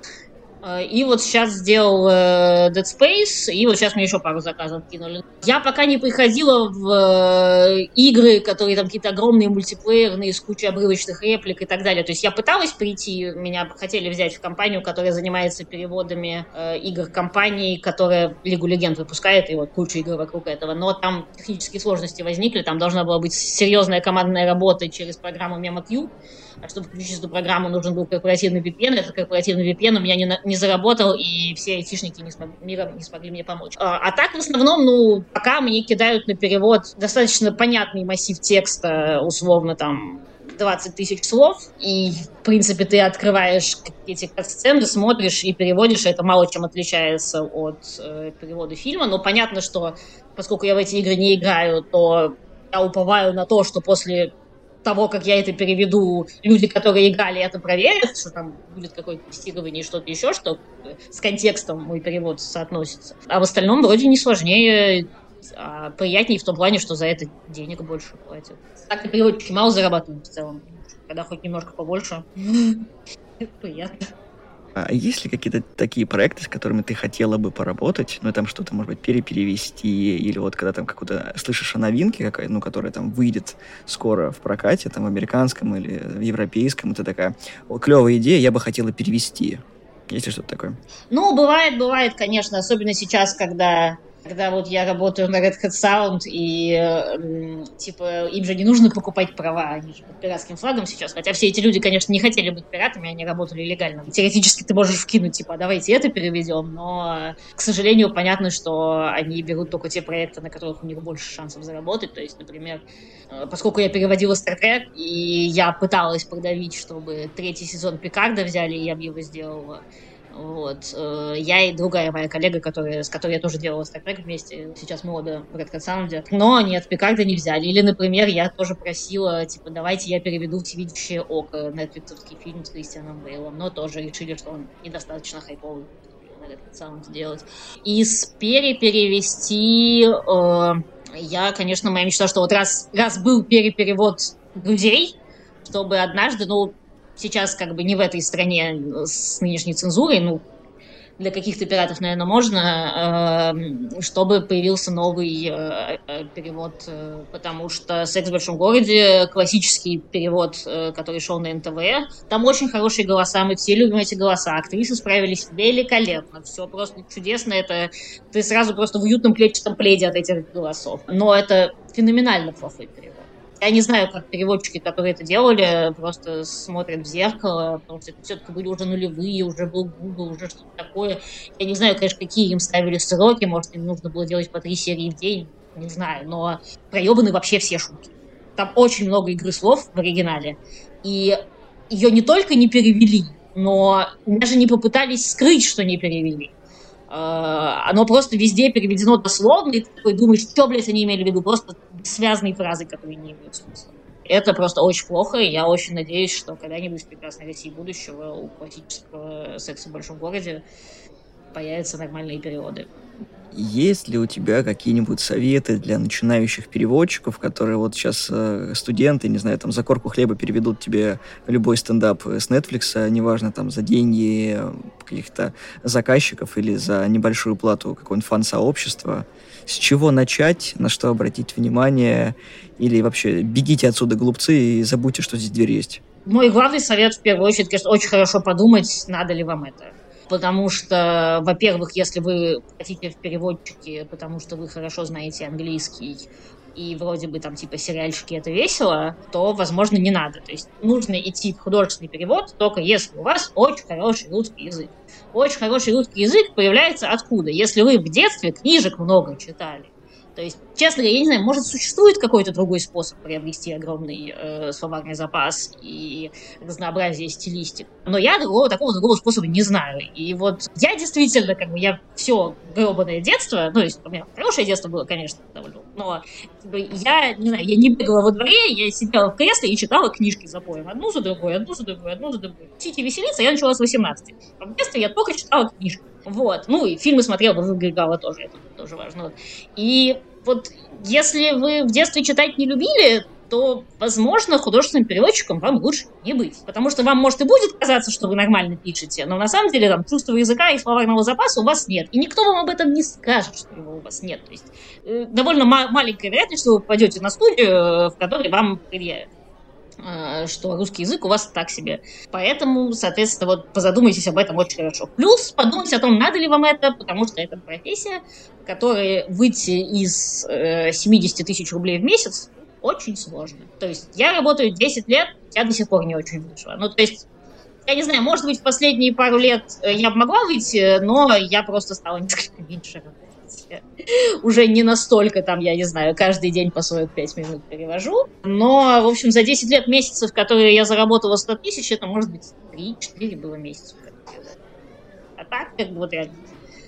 Speaker 2: И вот сейчас сделал э, Dead Space, и вот сейчас мне еще пару заказов кинули. Я пока не приходила в э, игры, которые там какие-то огромные мультиплеерные, с кучей обрывочных реплик и так далее. То есть я пыталась прийти, меня хотели взять в компанию, которая занимается переводами э, игр компании, которая Лигу Легенд выпускает, и вот кучу игр вокруг этого. Но там технические сложности возникли, там должна была быть серьезная командная работа через программу MemoQ. А чтобы включить эту программу, нужен был корпоративный ви пи эн. Этот корпоративный ви пи эн у меня не, на, не заработал, и все айтишники не смог, мира не смогли мне помочь. А, а так, в основном, ну, пока мне кидают на перевод достаточно понятный массив текста, условно, там, двадцать тысяч слов, и, в принципе, ты открываешь эти кат-сцены, смотришь и переводишь, это мало чем отличается от э, перевода фильма, но понятно, что, поскольку я в эти игры не играю, то я уповаю на то, что после того, как я это переведу, люди, которые играли, это проверят, что там будет какое-то тестирование и что-то еще, что с контекстом мой перевод соотносится. А в остальном вроде не сложнее, а приятнее в том плане, что за это денег больше платят. Так и переводчики мало зарабатывают в целом. Когда хоть немножко побольше, приятно.
Speaker 1: А есть ли какие-то такие проекты, с которыми ты хотела бы поработать? Ну, там что-то, может быть, переперевести, или вот когда там какую-то слышишь о новинке, какая, ну, которая там выйдет скоро в прокате, там, в американском или в европейском, и ты такая, о, клевая идея, я бы хотела перевести. Есть ли что-то такое?
Speaker 2: Ну, бывает, бывает, конечно, особенно сейчас, когда Когда вот я работаю на Red Hat Sound, и э, типа им же не нужно покупать права, они же под пиратским флагом сейчас. Хотя все эти люди, конечно, не хотели быть пиратами, они работали легально. Теоретически ты можешь вкинуть, типа, давайте это переведем, но, к сожалению, понятно, что они берут только те проекты, на которых у них больше шансов заработать. То есть, например, э, поскольку я переводила Star Trek, и я пыталась продавить, чтобы третий сезон Пикарда взяли, и я бы его сделала. Вот. Я и другая моя коллега, которая, с которой я тоже делала Star Trek вместе, сейчас мы обе в Red Hat Sound, но нет, Пикарда не взяли. Или, например, я тоже просила, типа, давайте я переведу «Всевидящее око», нетфликсовский фильм с Кристианом Бейлом, но тоже решили, что он недостаточно хайповый на Red Hat Sound делать. Из переперевести э, я, конечно, моя мечта, что вот раз, раз был переперевод «Друзей», чтобы однажды, ну, сейчас как бы не в этой стране с нынешней цензурой, ну, для каких-то пиратов, наверное, можно, э, чтобы появился новый э, перевод, э, потому что «Секс в большом городе», классический перевод, э, который шел на эн тэ вэ, там очень хорошие голоса, мы все любим эти голоса, актрисы справились великолепно, все просто чудесно, это ты сразу просто в уютном клетчатом пледе от этих голосов, но это феноменально плохой перевод. Я не знаю, как переводчики, которые это делали, просто смотрят в зеркало, потому что это все-таки были уже нулевые, уже был Google, уже что-то такое. Я не знаю, конечно, какие им ставили сроки, может, им нужно было делать по три серии в день, не знаю, но проебаны вообще все шутки. Там очень много игры слов в оригинале, и ее не только не перевели, но даже не попытались скрыть, что не перевели. Оно просто везде переведено дословно, и ты такой думаешь, что, блядь, они имели в виду, просто связанные фразы, которые не имеют смысла. Это просто очень плохо, и я очень надеюсь, что когда-нибудь в прекрасной России будущего у классического «Секса в большом городе» появятся нормальные переводы.
Speaker 1: Есть ли у тебя какие-нибудь советы для начинающих переводчиков, которые вот сейчас э, студенты, не знаю, там за корку хлеба переведут тебе любой стендап с Netflix, неважно, там за деньги каких-то заказчиков или за небольшую плату какого-нибудь фан-сообщества? С чего начать, на что обратить внимание? Или вообще бегите отсюда, глупцы, и забудьте, что здесь дверь есть?
Speaker 2: Мой главный совет, в первую очередь, конечно, очень хорошо подумать, надо ли вам это. Потому что, во-первых, если вы хотите в переводчике, потому что вы хорошо знаете английский, и вроде бы там типа сериальчики это весело, то, возможно, не надо. То есть нужно идти в художественный перевод, только если у вас очень хороший русский язык. Очень хороший русский язык появляется откуда? Если вы в детстве книжек много читали. То есть, честно говоря, я не знаю, может, существует какой-то другой способ приобрести огромный э, словарный запас и разнообразие стилистик. Но я другого, такого другого способа не знаю. И вот я действительно, как бы, я все гребаное детство, ну, то есть у меня хорошее детство было, конечно, довольно, но как бы, я, не знаю, я не бегала во дворе, я сидела в кресле и читала книжки за поем. Одну за другой, одну за другой, одну за другой. Учить и веселиться я начала с восемнадцати. А в детстве я только читала книжки. Вот. Ну, и фильмы смотрела, выиграла тоже, это тоже важно. И вот если вы в детстве читать не любили, то, возможно, художественным переводчиком вам лучше не быть. Потому что вам, может, и будет казаться, что вы нормально пишете, но на самом деле там чувства языка и словарного запаса у вас нет. И никто вам об этом не скажет, что его у вас нет. То есть э, довольно ма- маленькая вероятность, что вы попадете на студию, в которой вам предъявят, что русский язык у вас так себе. Поэтому, соответственно, вот позадумайтесь об этом очень хорошо. Плюс подумайте о том, надо ли вам это, потому что это профессия, которой выйти из э, семьдесят тысяч рублей в месяц очень сложно. То есть я работаю десять лет, я до сих пор не очень вышла. Ну, то есть, я не знаю, может быть, в последние пару лет я бы могла выйти, но я просто стала несколько меньше работать. Уже не настолько там, я не знаю, каждый день по сорок пять минут перевожу. Но, в общем, за десять лет месяцев, которые я заработала сто тысяч, это, может быть, три-четыре было месяцев. А так, как бы, вот реально.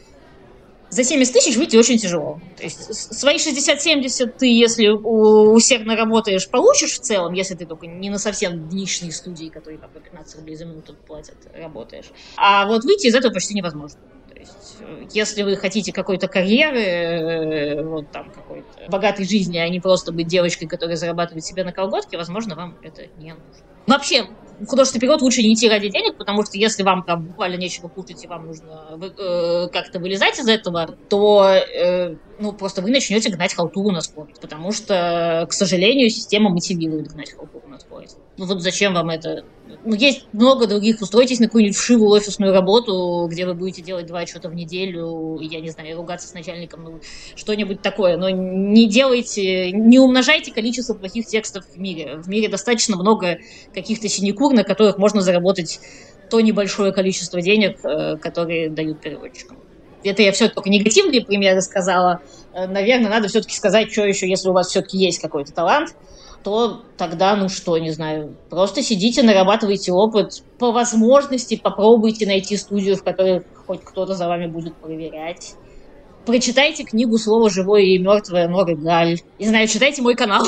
Speaker 2: За семьдесят тысяч выйти очень тяжело. То есть свои шестьдесят-семьдесят ты, если усердно работаешь, получишь в целом, если ты только не на совсем днищной студии, которые там по пятнадцать рублей за минуту платят, работаешь. А вот выйти из этого почти невозможно. То есть, если вы хотите какой-то карьеры, вот там какой-то богатой жизни, а не просто быть девочкой, которая зарабатывает себе на колготке, возможно, вам это не нужно. Вообще, художественный перевод лучше не идти ради денег, потому что если вам там буквально нечего кушать и вам нужно э, как-то вылезать из этого, то э, ну, просто вы начнете гнать халтуру на скорость, потому что, к сожалению, система мотивирует гнать халтуру на скорость. Ну вот зачем вам это? Ну, есть много других. Устройтесь на какую-нибудь вшивую офисную работу, где вы будете делать два отчета в неделю, я не знаю, ругаться с начальником, ну, что-нибудь такое. Но не делайте, не умножайте количество плохих текстов в мире. В мире достаточно много каких-то синекур, на которых можно заработать то небольшое количество денег, которые дают переводчикам. Это я все только негативные примеры сказала. Наверное, надо все-таки сказать, что еще, если у вас все-таки есть какой-то талант, то тогда, ну что, не знаю, просто сидите, нарабатывайте опыт. По возможности попробуйте найти студию, в которой хоть кто-то за вами будет проверять. Прочитайте книгу «Слово живое и мертвое» Норы Галь. Не знаю, читайте мой канал.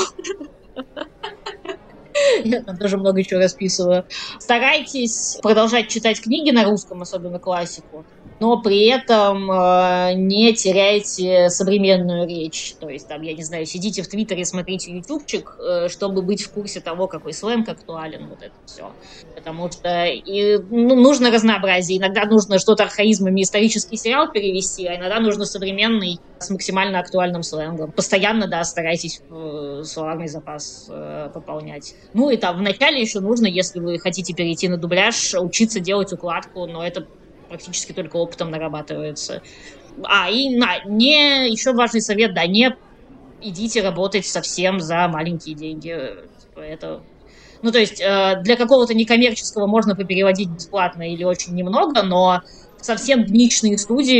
Speaker 2: Я там тоже много чего расписываю. Старайтесь продолжать читать книги на русском, особенно классику, но при этом э, не теряйте современную речь. То есть, там, я не знаю, сидите в Твиттере, смотрите ютубчик, э, чтобы быть в курсе того, какой сленг актуален, вот это все. Потому что и, ну, нужно разнообразие. Иногда нужно что-то архаизмами исторический сериал перевести, а иногда нужно современный с максимально актуальным сленгом. Постоянно, да, старайтесь э, словарный запас э, пополнять. Ну и там вначале еще нужно, если вы хотите перейти на дубляж, учиться делать укладку, но это практически только опытом нарабатывается. А, и на, не, еще важный совет, да, не идите работать совсем за маленькие деньги. Это, ну, то есть э, для какого-то некоммерческого можно попереводить бесплатно или очень немного, но совсем дничные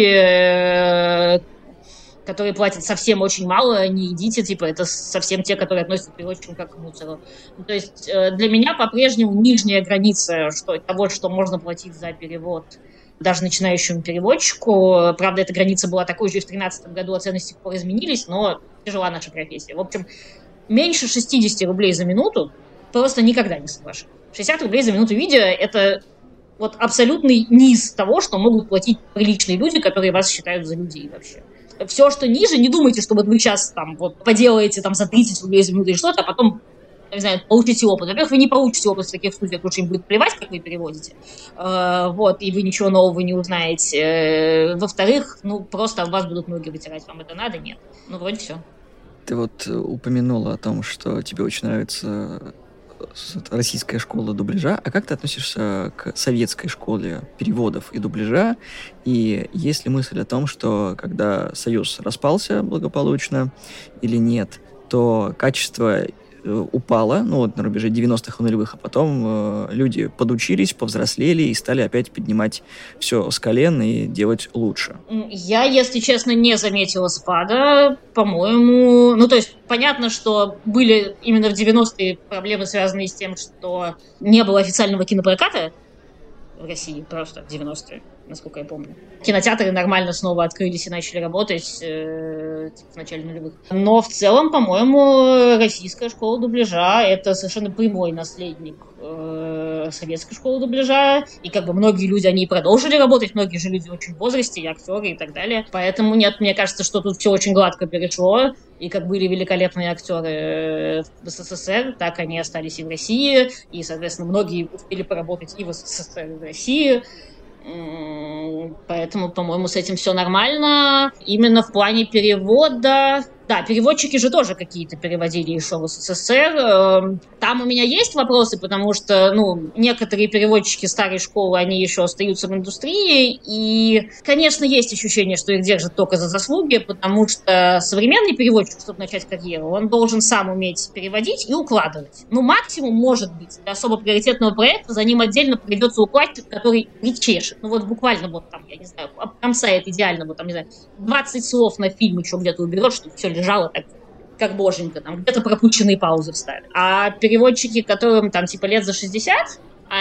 Speaker 2: студии, э, которые платят совсем очень мало, не идите, типа, это совсем те, которые относятся к переводчикам как к мусору. Ну, то есть э, для меня по-прежнему нижняя граница что, того, что можно платить за перевод, даже начинающему переводчику. Правда, эта граница была такой же и в две тысячи тринадцатом году, а цены с тех пор изменились, но тяжела наша профессия. В общем, меньше шестьдесят рублей за минуту просто никогда не соглашусь. шестьдесят рублей за минуту видео — это вот абсолютный низ того, что могут платить приличные люди, которые вас считают за людей вообще. Все, что ниже, не думайте, что вот вы сейчас там вот поделаете там за тридцать рублей за минуту или что-то, а потом, не знаю, получите опыт. Во-первых, вы не получите опыт в таких студиях, потому что им будет плевать, как вы переводите. Э, вот, и вы ничего нового не узнаете. Э, во-вторых, ну, просто вас будут ноги вытирать. Вам это надо? Нет. Ну, вроде все.
Speaker 1: Ты вот упомянула о том, что тебе очень нравится российская школа дубляжа. А как ты относишься к советской школе переводов и дубляжа? И есть ли мысль о том, что когда Союз распался благополучно или нет, то качество упало, ну вот на рубеже девяностых и нулевых, а потом э, люди подучились, повзрослели и стали опять поднимать все с колен и делать лучше?
Speaker 2: Я, если честно, не заметила спада, по-моему. Ну, то есть, понятно, что были именно в девяностые проблемы, связанные с тем, что не было официального кинопроката в России просто в девяностые, насколько я помню. Кинотеатры нормально снова открылись и начали работать э, в начале нулевых. Но в целом, по-моему, российская школа дубляжа — это совершенно прямой наследник э, советской школы дубляжа. И как бы многие люди, они продолжили работать, многие же люди очень в возрасте, и актеры, и так далее. Поэтому нет, мне кажется, что тут все очень гладко перешло. И как были великолепные актеры в СССР, так они остались и в России. И, соответственно, многие успели поработать и в СССР, и в России. Поэтому, по-моему, с этим все нормально. Именно в плане перевода... Да, переводчики же тоже какие-то переводили еще в СССР. Там у меня есть вопросы, потому что, ну, некоторые переводчики старой школы, они еще остаются в индустрии, и, конечно, есть ощущение, что их держат только за заслуги, потому что современный переводчик, чтобы начать карьеру, он должен сам уметь переводить и укладывать. Ну, максимум, может быть, для особо приоритетного проекта за ним отдельно придется укладчик, который причешет. Ну, вот буквально вот там, я не знаю, обкомсает идеально, вот там, не знаю, двадцать слов на фильм еще где-то уберет, чтобы все лежало так, как боженька, там где-то пропущенные паузы вставят. А переводчики, которым там типа лет за шестьдесят,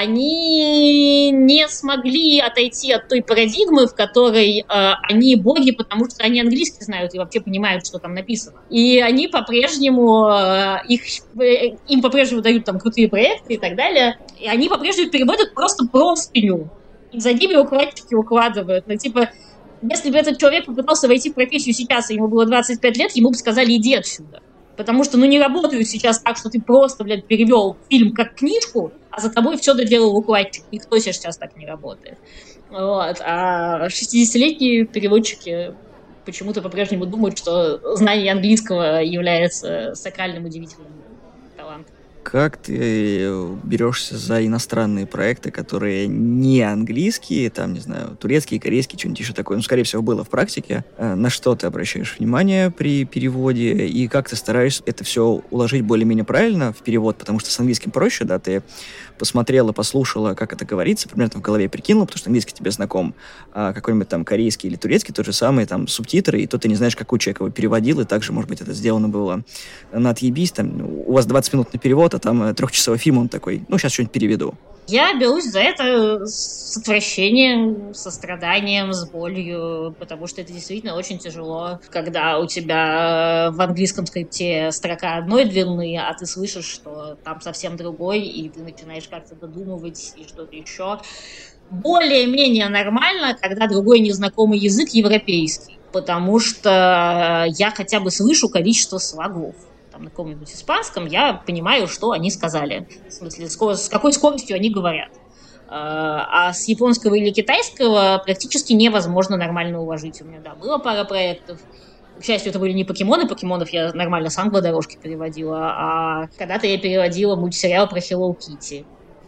Speaker 2: они не смогли отойти от той парадигмы, в которой э, они боги, потому что они английский знают и вообще понимают, что там написано. И они по-прежнему, э, их, э, им по-прежнему дают там крутые проекты и так далее, и они по-прежнему переводят просто простыню. И за ними укладчики укладывают. Ну, типа, если бы этот человек попытался войти в профессию сейчас, и ему было двадцать пять лет, ему бы сказали: иди отсюда. Потому что, ну, не работают сейчас так, что ты просто, блядь, перевел фильм как книжку, а за тобой все доделал укладчик. Никто сейчас так не работает. Вот. А шестидесятилетние переводчики почему-то по-прежнему думают, что знание английского является сакральным, удивительным талантом.
Speaker 1: как ты берешься за иностранные проекты, которые не английские, там, не знаю, турецкие, корейские, что-нибудь еще такое, ну, скорее всего, было в практике. На что ты обращаешь внимание при переводе, и как ты стараешься это все уложить более-менее правильно в перевод, потому что с английским проще, да, ты посмотрела, послушала, как это говорится, примерно в голове прикинула, потому что английский тебе знаком, а какой-нибудь там корейский или турецкий, тот же самый, там, субтитры, и то ты не знаешь, какой человек его переводил, и также, может быть, это сделано было на отъебись, там, у вас двадцать минут на перевод, а там трехчасовой фильм, он такой, ну, сейчас что-нибудь переведу.
Speaker 2: Я берусь за это с отвращением, со страданием, с болью, потому что это действительно очень тяжело, когда у тебя в английском скрипте строка одной длины, а ты слышишь, что там совсем другой, и ты начинаешь как-то додумывать и что-то еще. Более-менее нормально, когда другой незнакомый язык европейский, потому что я хотя бы слышу количество слогов. На каком-нибудь испанском, я понимаю, что они сказали. В смысле, с какой скоростью они говорят. А с японского или китайского практически невозможно нормально уложить. У меня, да, было пара проектов. К счастью, это были не покемоны. Покемонов я нормально с англодорожки переводила. А когда-то я переводила мультсериал про Hello Kitty.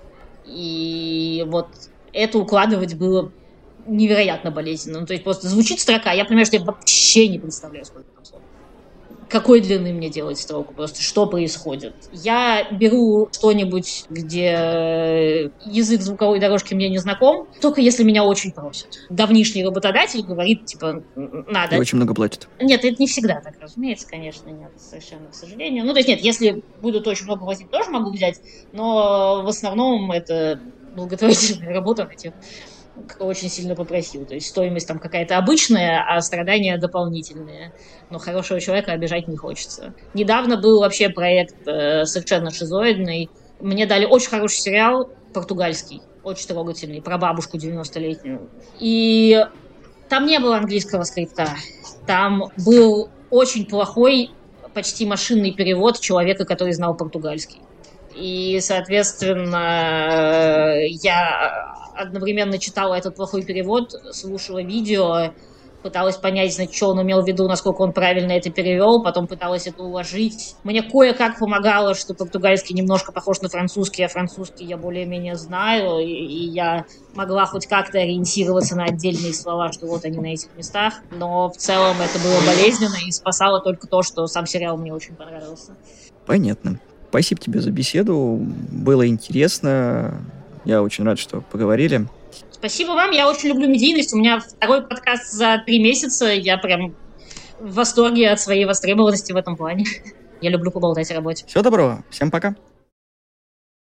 Speaker 2: И вот это укладывать было невероятно болезненно. Ну, то есть просто звучит строка, я понимаю, что я вообще не представляю, сколько там слов. Какой длины мне делать строку, просто что происходит. Я беру что-нибудь, где язык звуковой дорожки мне не знаком, только если меня очень просят. Давнишний работодатель говорит, типа, надо.
Speaker 1: И очень много платит.
Speaker 2: Нет, это не всегда так, разумеется, конечно, нет, совершенно, к сожалению. Ну, то есть нет, если будут очень много платить, тоже могу взять, но в основном это благотворительная работа на тех, кто очень сильно попросил. То есть стоимость там какая-то обычная, а страдания дополнительные. Но хорошего человека обижать не хочется. Недавно был вообще проект э, совершенно шизоидный. Мне дали очень хороший сериал, португальский, очень трогательный, про бабушку девяностолетнюю. И там не было английского скрипта. Там был очень плохой, почти машинный перевод человека, который знал португальский. И, соответственно, я одновременно читала этот плохой перевод, слушала видео, пыталась понять, значит, что он имел в виду, насколько он правильно это перевел, потом пыталась это уложить. Мне кое-как помогало, что португальский немножко похож на французский, а французский я более-менее знаю, и, и я могла хоть как-то ориентироваться на отдельные слова, что вот они на этих местах, но в целом это было болезненно и спасало только то, что сам сериал мне очень понравился.
Speaker 1: Понятно. Спасибо тебе за беседу, было интересно, я очень рад, что поговорили.
Speaker 2: Спасибо вам, я очень люблю медийность, у меня второй подкаст за три месяца, я прям в восторге от своей востребованности в этом плане. Я люблю поболтать о работе.
Speaker 1: Всего доброго, всем пока.